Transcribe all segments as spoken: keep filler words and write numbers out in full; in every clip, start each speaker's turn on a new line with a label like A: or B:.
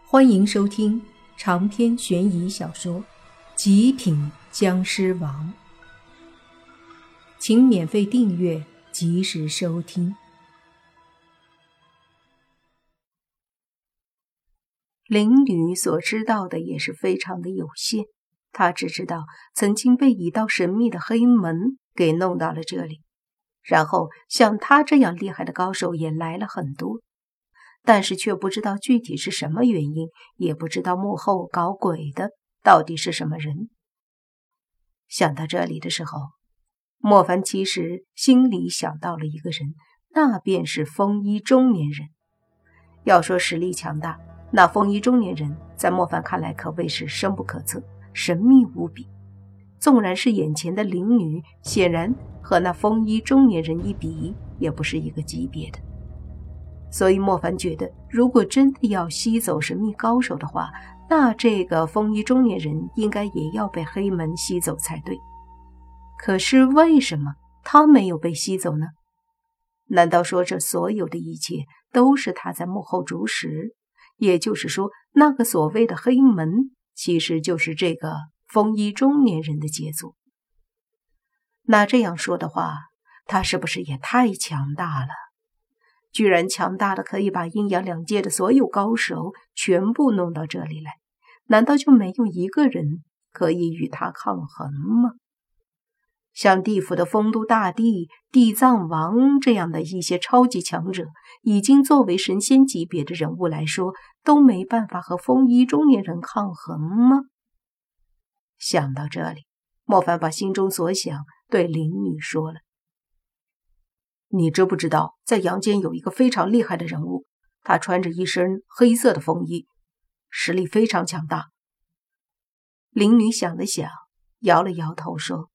A: 欢迎收听长篇悬疑小说《极品僵尸王》，请免费订阅，及时收听。林女所知道的也是非常的有限，她只知道曾经被一道神秘的黑门给弄到了这里，然后像她这样厉害的高手也来了很多，但是却不知道具体是什么原因，也不知道幕后搞鬼的到底是什么人。想到这里的时候，莫凡其实心里想到了一个人，那便是风衣中年人。要说实力强大，那风衣中年人在莫凡看来可谓是深不可测，神秘无比。纵然是眼前的灵女，显然和那风衣中年人一比，也不是一个级别的。所以莫凡觉得，如果真的要吸走神秘高手的话，那这个风衣中年人应该也要被黑门吸走才对。可是为什么他没有被吸走呢？难道说这所有的一切都是他在幕后主使？也就是说，那个所谓的黑门其实就是这个风衣中年人的杰作。那这样说的话，他是不是也太强大了？居然强大的可以把阴阳两界的所有高手全部弄到这里来，难道就没有一个人可以与他抗衡吗？像地府的酆都大帝、地藏王这样的一些超级强者，已经作为神仙级别的人物来说，都没办法和风衣中年人抗衡吗？想到这里，莫凡把心中所想对灵女说了。你知不知道，在阳间有一个非常厉害的人物，他穿着一身黑色的风衣，实力非常强大。灵女想了想，摇了摇头说，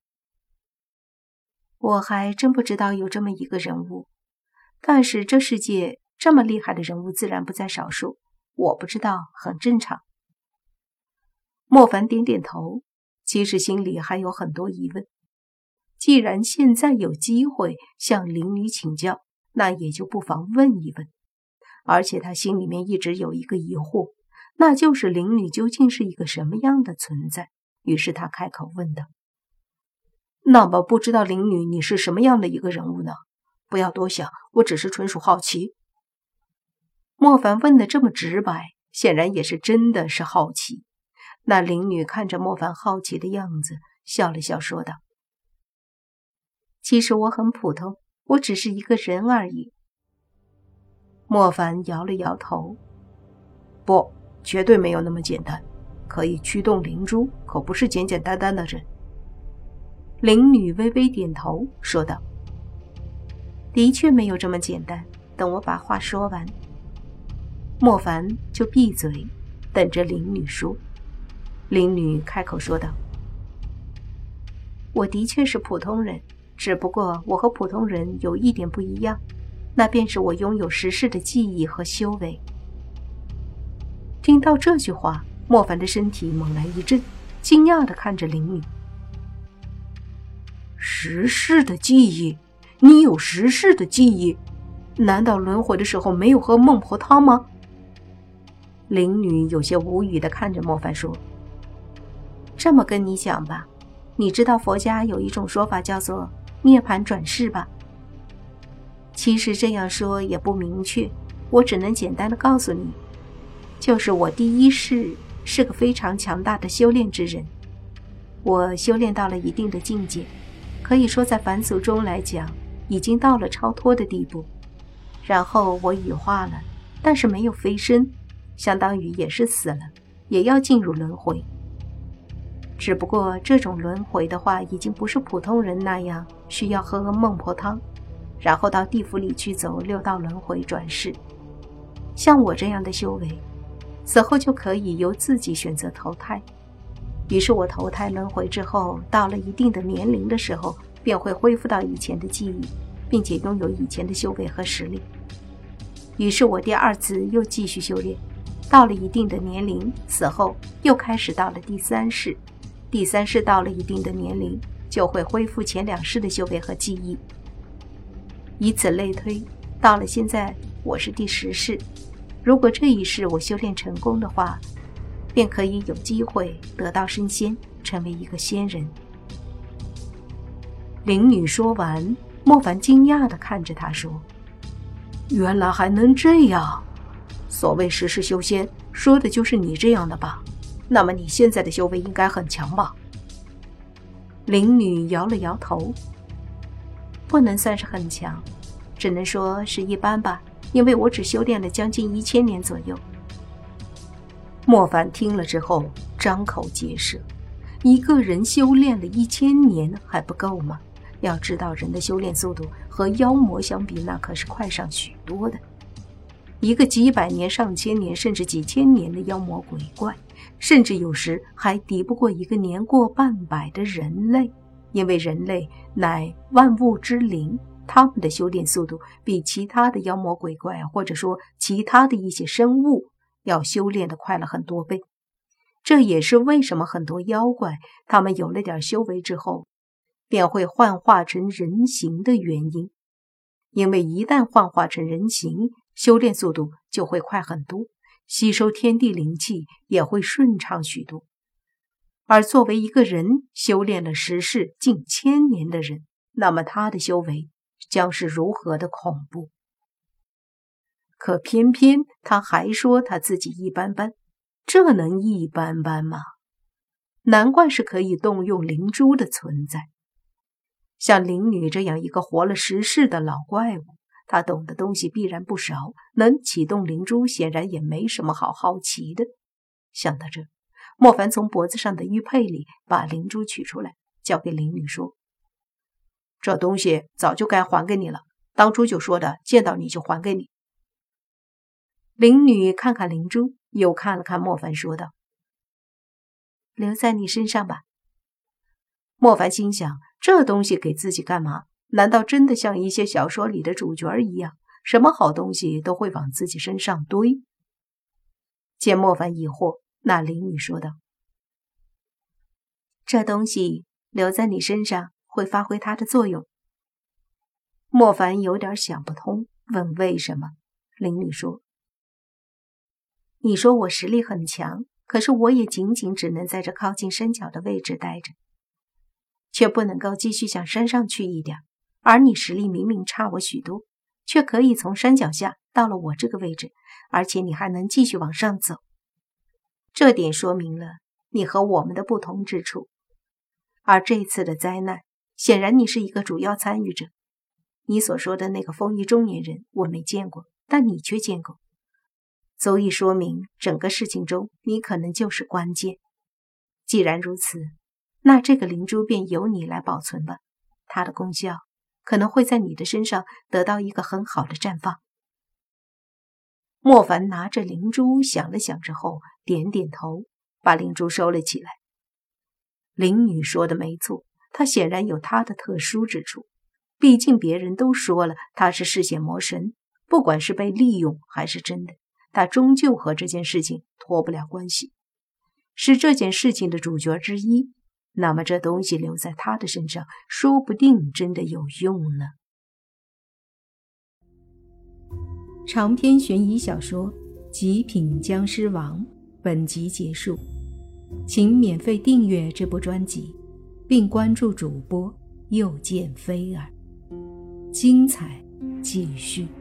A: 我还真不知道有这么一个人物，但是这世界这么厉害的人物自然不在少数，我不知道很正常。莫凡点点头，其实心里还有很多疑问。既然现在有机会向灵女请教，那也就不妨问一问。而且他心里面一直有一个疑惑，那就是灵女究竟是一个什么样的存在。于是他开口问道，那么不知道灵女你是什么样的一个人物呢？不要多想，我只是纯属好奇。莫凡问得这么直白，显然也是真的是好奇。那灵女看着莫凡好奇的样子，笑了笑说道，其实我很普通，我只是一个人而已。莫凡摇了摇头，不，绝对没有那么简单，可以驱动灵珠，可不是简简单单的人。灵女微微点头说道，的确没有这么简单，等我把话说完。莫凡就闭嘴，等着灵女说。灵女开口说道，我的确是普通人，只不过我和普通人有一点不一样，那便是我拥有十世的记忆和修为。听到这句话，莫凡的身体猛然一震，惊讶地看着灵女。十世的记忆？你有十世的记忆？难道轮回的时候没有喝孟婆汤吗？灵女有些无语地看着莫凡说，这么跟你讲吧，你知道佛家有一种说法叫做涅槃转世吧？其实这样说也不明确，我只能简单的告诉你，就是我第一世是个非常强大的修炼之人，我修炼到了一定的境界，可以说在凡俗中来讲已经到了超脱的地步。然后我羽化了，但是没有飞升，相当于也是死了，也要进入轮回。只不过这种轮回的话，已经不是普通人那样需要喝孟婆汤，然后到地府里去走六道轮回转世。像我这样的修为，死后就可以由自己选择投胎。于是我投胎轮回之后，到了一定的年龄的时候，便会恢复到以前的记忆，并且拥有以前的修为和实力。于是我第二次又继续修炼，到了一定的年龄，死后又开始到了第三世。第三世到了一定的年龄，就会恢复前两世的修为和记忆。以此类推，到了现在我是第十世， 如果这一世我修炼成功的话，便可以有机会得到升仙，成为一个仙人。灵女说完，莫凡惊讶地看着她说：原来还能这样，所谓十世修仙，说的就是你这样的吧？那么你现在的修为应该很强吧？灵女摇了摇头，不能算是很强，只能说是一般吧，因为我只修炼了将近一千年左右。莫凡听了之后张口结舌，一个人修炼了一千年还不够吗？要知道人的修炼速度和妖魔相比，那可是快上许多的。一个几百年、上千年甚至几千年的妖魔鬼怪，甚至有时还敌不过一个年过半百的人类，因为人类乃万物之灵，他们的修炼速度比其他的妖魔鬼怪或者说其他的一些生物要修炼的快了很多倍。这也是为什么很多妖怪他们有了点修为之后便会幻化成人形的原因，因为一旦幻化成人形，修炼速度就会快很多，吸收天地灵气也会顺畅许多。而作为一个人修炼了十世近千年的人，那么他的修为将是如何的恐怖。可偏偏他还说他自己一般般，这能一般般吗？难怪是可以动用灵珠的存在。像灵女这样一个活了十世的老怪物，她懂的东西必然不少，能启动灵珠显然也没什么好好奇的。想到这，莫凡从脖子上的玉佩里把灵珠取出来，交给灵女说：这东西早就该还给你了，当初就说的见到你就还给你。灵女看看灵珠，又看了看莫凡，说道：留在你身上吧。莫凡心想，这东西给自己干嘛？难道真的像一些小说里的主角一样，什么好东西都会往自己身上堆？见莫凡疑惑，那灵女说道：这东西留在你身上会发挥它的作用。莫凡有点想不通，问为什么。灵女说：你说我实力很强，可是我也仅仅只能在这靠近山脚的位置待着，却不能够继续向山上去一点，而你实力明明差我许多，却可以从山脚下到了我这个位置，而且你还能继续往上走。这点说明了你和我们的不同之处。而这次的灾难，显然你是一个主要参与者。你所说的那个风衣中年人我没见过，但你却见过，足以说明整个事情中你可能就是关键。既然如此，那这个灵珠便由你来保存吧，它的功效可能会在你的身上得到一个很好的绽放。莫凡拿着灵珠想了想之后，点点头，把灵珠收了起来。灵女说的没错，她显然有她的特殊之处，毕竟别人都说了她是嗜血魔神，不管是被利用还是真的，她终究和这件事情脱不了关系，是这件事情的主角之一。那么这东西留在他的身上，说不定真的有用呢。长篇悬疑小说《极品僵尸王》本集结束，请免费订阅这部专辑，并关注主播又见菲儿，精彩继续。